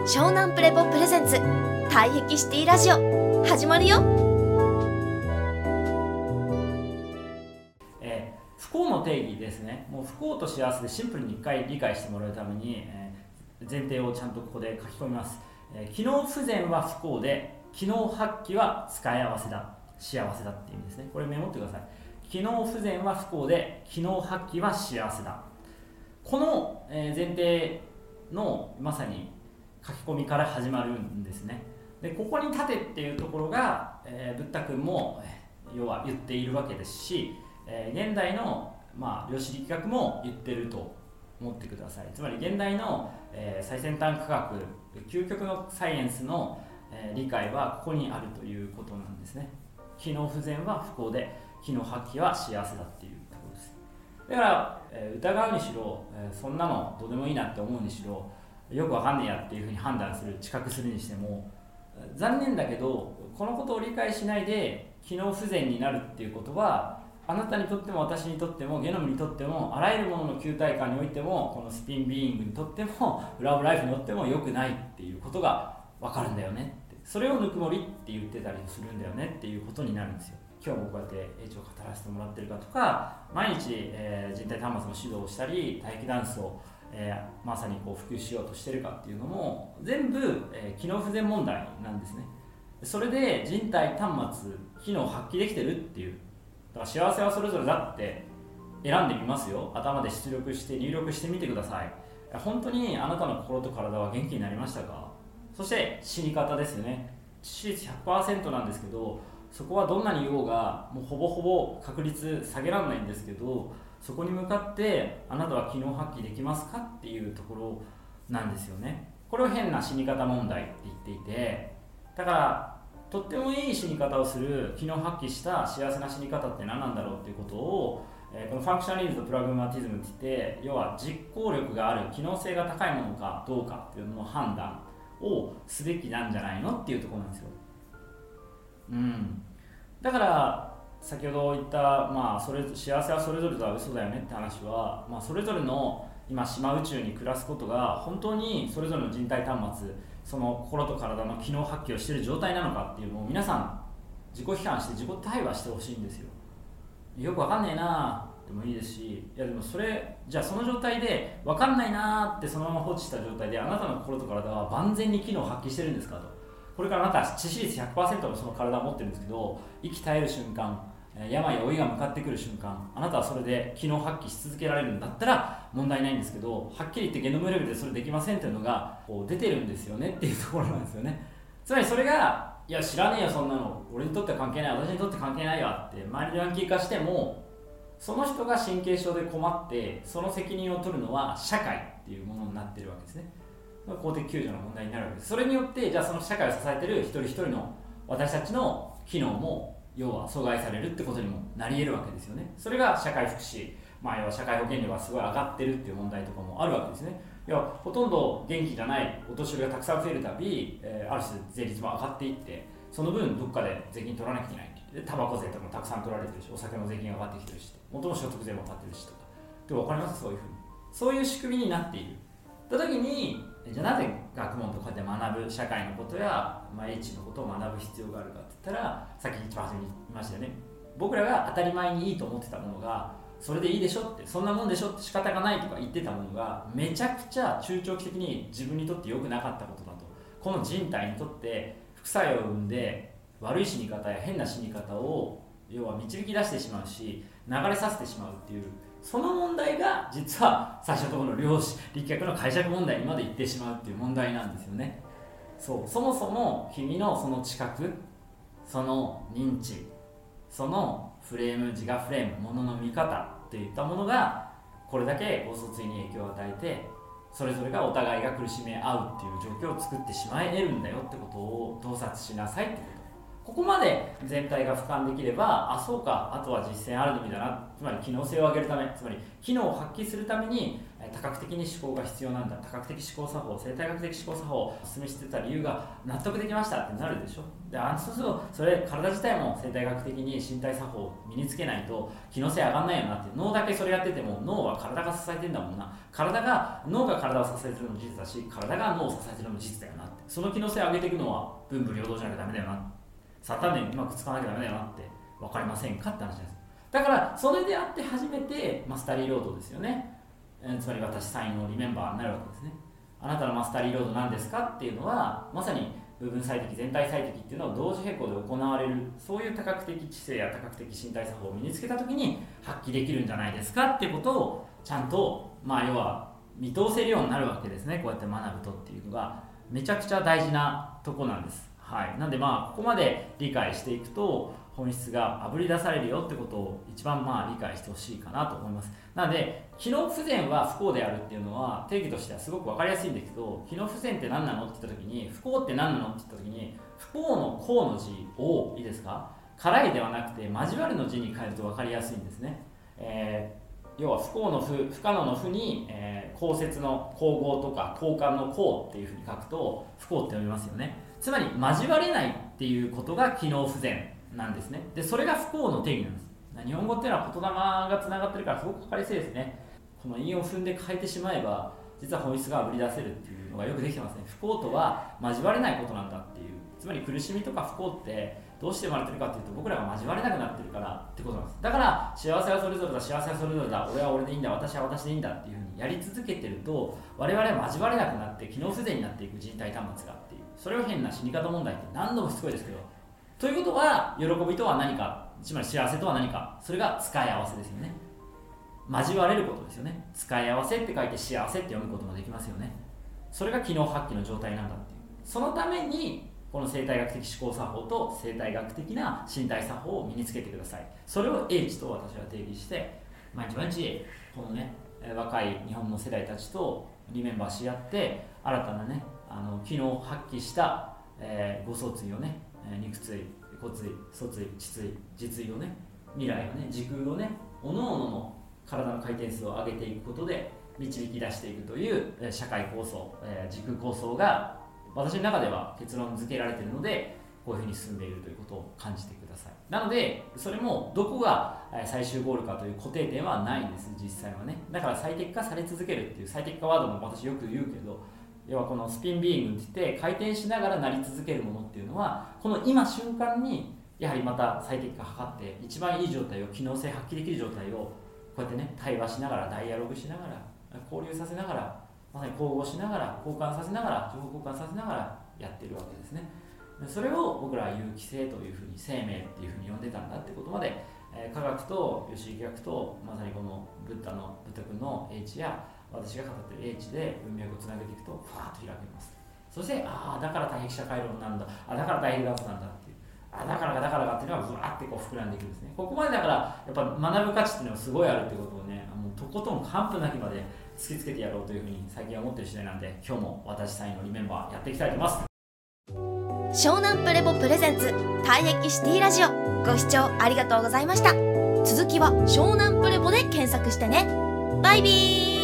湘南プレポプレゼンツ退癖シティラジオ始まるよ。 不幸の定義ですね。もう不幸と幸せでシンプルに一回理解してもらうために、前提をちゃんとここで書き込みます。機能不全は不幸で、機能発揮は使い合わせだ、幸せだっていう意味ですね。これメモってください。機能不全は不幸で、機能発揮は幸せだ。この前提のまさに書き込みから始まるんですね。でここに立てっていうところが、ブッダ君も要は言っているわけですし、現代の、量子力学も言ってると思ってください。つまり現代の、最先端科学、究極のサイエンスの、理解はここにあるということなんですね。機能不全は不幸で、機能発揮は幸せだっていうところです。だから、疑うにしろ、そんなのどうでもいいなって思うにしろ、よくわかんねえやっていうふうに判断する、知覚するにしても、残念だけどこのことを理解しないで機能不全になるっていうことは、あなたにとっても私にとってもゲノムにとってもあらゆるものの球体感においても、このスピンビーイングにとってもラブライフにとっても良くないっていうことが分かるんだよねって、それをぬくもりって言ってたりするんだよねっていうことになるんですよ。今日もこうやって英知を語らせてもらってるかとか、毎日、人体端末の指導をしたり体育ダンスを、まさにこう普及しようとしてるかっていうのも全部、機能不全問題なんですね。それで人体端末機能を発揮できてるっていう、だから幸せはそれぞれだって選んでみますよ。頭で出力して入力してみてください。本当にあなたの心と体は元気になりましたか？そして死に方ですよね。致死率 100% なんですけど、そこはどんなに言おうがもうほぼほぼ確率下げられないんですけど、そこに向かってあなたは機能発揮できますかっていうところなんですよね。これを変な死に方問題って言っていて、だからとってもいい死に方をする機能発揮した幸せな死に方って何なんだろうっていうことを、このファンクショナリズムとプラグマティズムって言って、要は実行力がある機能性が高いものかどうかっていうのの判断をすべきなんじゃないのっていうところなんですよ。だから先ほど言った、幸せはそれぞれとは嘘だよねって話は、それぞれの今島宇宙に暮らすことが本当にそれぞれの人体端末、その心と体の機能発揮をしている状態なのかっていうのを皆さん自己批判して自己対話してほしいんですよ。よくわかんねえなでもいいですし、いやでもそれじゃあその状態でわかんないなってそのまま放置した状態であなたの心と体は万全に機能を発揮してるんですかと。これからあなたは致死率 100% のその体を持ってるんですけど、息絶える瞬間、病や老いが向かってくる瞬間、あなたはそれで機能発揮し続けられるんだったら問題ないんですけど、はっきり言ってゲノムレベルでそれできませんっていうのがこう出てるんですよねっていうところなんですよね。つまりそれが、いや知らねえよそんなの、俺にとっては関係ない、私にとって関係ないわって周りで暗記化しても、その人が神経症で困ってその責任を取るのは社会っていうものになってるわけですね。公的救助の問題になるわけです。それによってじゃあその社会を支えている一人一人の私たちの機能も要は阻害されるってことにもなり得るわけですよね。それが社会福祉、要は社会保険料がすごい上がってるっていう問題とかもあるわけですね。要はほとんど元気じゃないお年寄りがたくさん増えるたび、ある種税率も上がっていって、その分どっかで税金取らなきゃいけない。でタバコ税とかもたくさん取られてるし、お酒の税金が上がってきてるし、元々所得税も上がってるしとかで、分かります？そういうふうにそういう仕組みになっていると時に、じゃあなぜ学問とかで学ぶ社会のことや、英知のことを学ぶ必要があるかって言ったら、さっき一番初めに言いましたよね。僕らが当たり前にいいと思ってたものが、それでいいでしょって、そんなもんでしょって仕方がないとか言ってたものが、めちゃくちゃ中長期的に自分にとって良くなかったことだと。この人体にとって副作用を生んで悪い死に方や変な死に方を要は導き出してしまうし、流れさせてしまうっていう、その問題が実は最初のところの量子力学の解釈問題にまで行ってしまうっていう問題なんですよね。そもそも君のその知覚、その認知、そのフレーム、自我フレーム、ものの見方といったものがこれだけご疎追に影響を与えて、それぞれがお互いが苦しめ合うっていう状況を作ってしまえるんだよってことを洞察しなさいってこと。 ここまで全体が俯瞰できれば、あ、そうか、あとは実践あるのみだな、つまり機能性を上げるため、つまり機能を発揮するために多角的に思考が必要なんだ、多角的思考作法、生態学的思考作法をお勧めしてた理由が納得できましたってなるでしょ。で、そうするとそれ体自体も生態学的に身体作法を身につけないと機能性上がんないよなって。脳だけそれやってても脳は体が支えてんだもんな、脳が体を支えてるのも事実だし、体が脳を支えてるのも事実だよなって。その機能性を上げていくのは文武両道じゃなきゃダメだよな、サタンでうまく使わなきゃダメだよなって分かりませんかって話です。だからそれであって初めてマスタリーロードですよね、つまり私サインのリメンバーになるわけですね。あなたのマスタリーロードなんですかっていうのは、まさに部分最適全体最適っていうのを同時並行で行われる、そういう多角的知性や多角的身体作法を身につけた時に発揮できるんじゃないですかっていうことをちゃんと、要は見通せるようになるわけですね。こうやって学ぶとっていうのがめちゃくちゃ大事なとこなんです。はい、なんでここまで理解していくと本質があぶり出されるよってことを一番理解してほしいかなと思います。なので機能不全は不幸であるっていうのは定義としてはすごく分かりやすいんだけど、機能不全って何なのって言った時に、不幸って何なのって言った時に、不幸の幸の字をいいですか、辛いではなくて交わるの字に変えると分かりやすいんですね。要は不幸の不可能の不に、公説の皇后とか交換の幸っていうふうに書くと不幸って読みますよね。つまり交われないっていうことが機能不全なんですね。でそれが不幸の定義なんです。日本語っていうのは言霊がつながってるからすごく分かりやすいですね。この韻を踏んで変えてしまえば実は本質があぶり出せるっていうのがよくできてますね。不幸とは交われないことなんだっていう、つまり苦しみとか不幸ってどうして生まれてるかっていうと、僕らが交われなくなってるからってことなんです。だから幸せはそれぞれだ、幸せはそれぞれだ、俺は俺でいいんだ、私は私でいいんだっていうふうにやり続けてると、我々は交われなくなって機能不全になっていく人体端末がっていう、それを変な死に方問題って何度もしつこいですけど、ということは喜びとは何か、つまり幸せとは何か、それが使い合わせですよね。交われることですよね。使い合わせって書いて幸せって読むこともできますよね。それが機能発揮の状態なんだっていう。そのためにこの生態学的思考作法と生態学的な身体作法を身につけてください。それを英知と私は定義して、毎日毎日このね、若い日本の世代たちとリメンバーし合って、新たなね、機能を発揮した、誤相対をね、肉椎、骨椎、疎椎、知椎、実椎をね、未来をね、時空をね、各々の体の回転数を上げていくことで導き出していくという社会構想、時空構想が私の中では結論付けられているので、こういうふうに進んでいるということを感じてください。なのでそれもどこが最終ゴールかという固定点はないんです、実際はね。だから最適化され続けるっていう、最適化ワードも私よく言うけど、要はこのスピンビーイングって言って回転しながらなり続けるものっていうのは、この今瞬間にやはりまた最適化を図って一番いい状態を、機能性発揮できる状態をこうやってね、対話しながら、ダイアログしながら、交流させながら、まさに交互しながら、交換させながら、情報交換させながらやってるわけですね。それを僕らは有機性というふうに、生命っていうふうに呼んでたんだってことまで、科学と吉行学とまさにこのブッダ君の英知や私が語っている英知で文脈をつなげていくとファーッと開けます。そしてだから対比社会論なんだ、だから対比学なんだっていう、だからがっていうのがブワーってこう膨らんでいくんですね。ここまでだからやっぱ学ぶ価値っていうのはすごいあるってことをね、もうとことん完膚なきまで突きつけてやろうというふうに最近は思っている次第なんで、今日も私サインのリメンバーやっていきたいと思います。 湘南プレボプレゼンツ体液シティラジオ、ご視聴ありがとうございました。続きは湘南プレボで検索してね。バイビー。